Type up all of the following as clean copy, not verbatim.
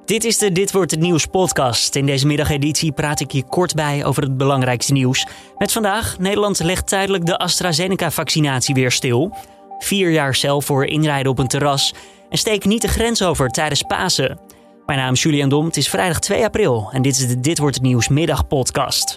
Dit is de Dit Wordt Het Nieuws podcast. In deze middageditie praat ik je kort bij over het belangrijkste nieuws. Met vandaag, Nederland legt tijdelijk de AstraZeneca-vaccinatie weer stil. 4 jaar cel voor inrijden op een terras. En steek niet de grens over tijdens Pasen. Mijn naam is Julian Dom, het is vrijdag 2 april en dit is de Dit Wordt Het Nieuws middagpodcast.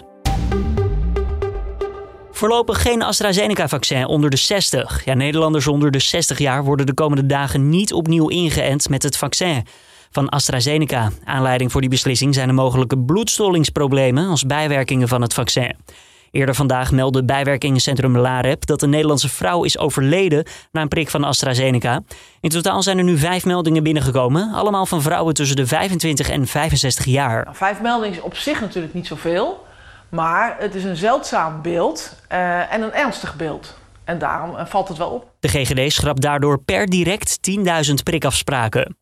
Voorlopig geen AstraZeneca-vaccin onder de 60. Nederlanders onder de 60 jaar worden de komende dagen niet opnieuw ingeënt met het vaccin van AstraZeneca. Aanleiding voor die beslissing zijn de mogelijke bloedstollingsproblemen als bijwerkingen van het vaccin. Eerder vandaag meldde bijwerkingencentrum LAREP dat een Nederlandse vrouw is overleden na een prik van AstraZeneca. In totaal zijn er nu 5 meldingen binnengekomen, allemaal van vrouwen tussen de 25 en 65 jaar. 5 meldingen is op zich natuurlijk niet zoveel, maar het is een zeldzaam beeld en een ernstig beeld. En daarom valt het wel op. De GGD schrapt daardoor per direct 10.000 prikafspraken.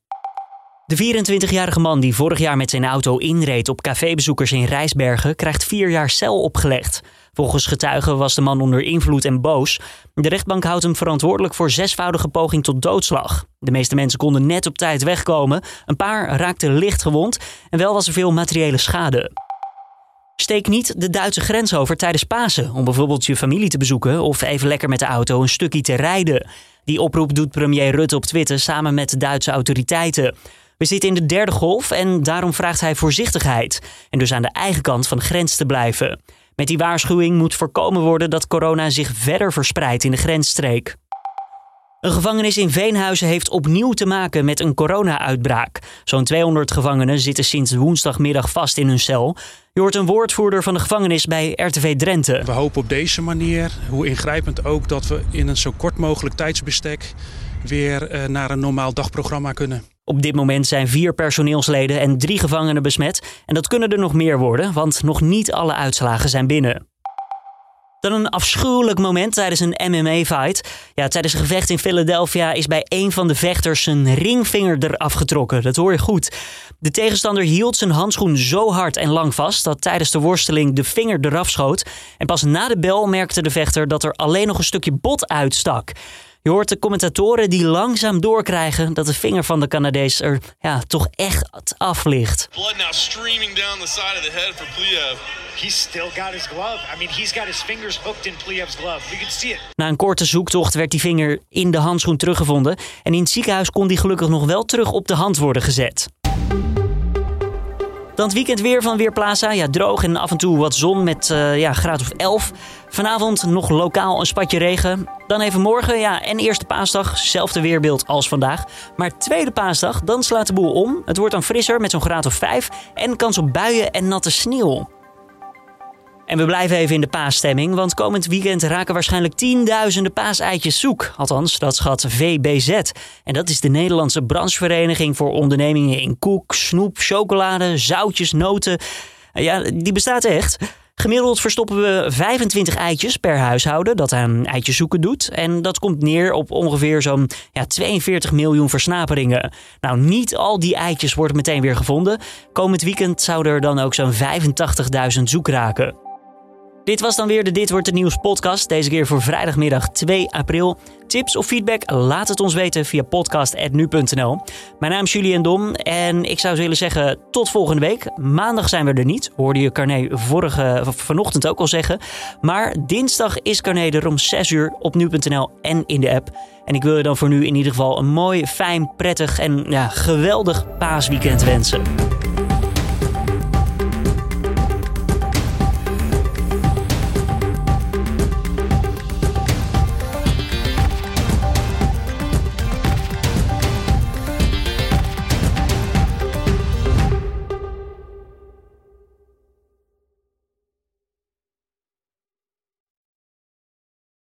De 24-jarige man die vorig jaar met zijn auto inreed op cafébezoekers in Rijsbergen krijgt 4 jaar cel opgelegd. Volgens getuigen was de man onder invloed en boos. De rechtbank houdt hem verantwoordelijk voor 6voudige poging tot doodslag. De meeste mensen konden net op tijd wegkomen. Een paar raakten licht gewond en wel was er veel materiële schade. Steek niet de Duitse grens over tijdens Pasen om bijvoorbeeld je familie te bezoeken of even lekker met de auto een stukje te rijden. Die oproep doet premier Rutte op Twitter samen met de Duitse autoriteiten. We zitten in de derde golf en daarom vraagt hij voorzichtigheid en dus aan de eigen kant van de grens te blijven. Met die waarschuwing moet voorkomen worden dat corona zich verder verspreidt in de grensstreek. Een gevangenis in Veenhuizen heeft opnieuw te maken met een corona-uitbraak. Zo'n 200 gevangenen zitten sinds woensdagmiddag vast in hun cel. Je hoort een woordvoerder van de gevangenis bij RTV Drenthe. We hopen op deze manier, hoe ingrijpend ook, dat we in een zo kort mogelijk tijdsbestek weer naar een normaal dagprogramma kunnen. Op dit moment zijn 4 personeelsleden en 3 gevangenen besmet. En dat kunnen er nog meer worden, want nog niet alle uitslagen zijn binnen. Dan een afschuwelijk moment tijdens een MMA-fight. Tijdens een gevecht in Philadelphia is bij een van de vechters zijn ringvinger eraf getrokken. Dat hoor je goed. De tegenstander hield zijn handschoen zo hard en lang vast dat tijdens de worsteling de vinger eraf schoot. En pas na de bel merkte de vechter dat er alleen nog een stukje bot uitstak. Je hoort de commentatoren die langzaam doorkrijgen dat de vinger van de Canadees er toch echt af ligt. Blood now streaming down the side of the head for Pliyev. He's still got his glove. I mean, he's got his fingers hooked in Pliyev's glove. You can see it. Na een korte zoektocht werd die vinger in de handschoen teruggevonden en in het ziekenhuis kon die gelukkig nog wel terug op de hand worden gezet. Dan het weekend weer van Weerplaza. Droog en af en toe wat zon met graad of 11. Vanavond nog lokaal een spatje regen. Dan even morgen, en eerste paasdag. Zelfde weerbeeld als vandaag. Maar tweede paasdag, dan slaat de boel om. Het wordt dan frisser met zo'n graad of 5. En kans op buien en natte sneeuw. En we blijven even in de paasstemming, want komend weekend raken waarschijnlijk 10.000 paaseitjes zoek. Althans, dat schat VBZ. En dat is de Nederlandse branchevereniging voor ondernemingen in koek, snoep, chocolade, zoutjes, noten. Die bestaat echt. Gemiddeld verstoppen we 25 eitjes per huishouden dat aan eitjes zoeken doet. En dat komt neer op ongeveer zo'n 42 miljoen versnaperingen. Nou, niet al die eitjes worden meteen weer gevonden. Komend weekend zouden er dan ook zo'n 85.000 zoek raken. Dit was dan weer de Dit Wordt Het Nieuws podcast. Deze keer voor vrijdagmiddag 2 april. Tips of feedback? Laat het ons weten via podcast@nu.nl. Mijn naam is Julian Dom en ik zou willen zeggen tot volgende week. Maandag zijn we er niet, hoorde je Carné vanochtend ook al zeggen. Maar dinsdag is Carné er om 6 uur op nu.nl en in de app. En ik wil je dan voor nu in ieder geval een mooi, fijn, prettig en geweldig paasweekend wensen.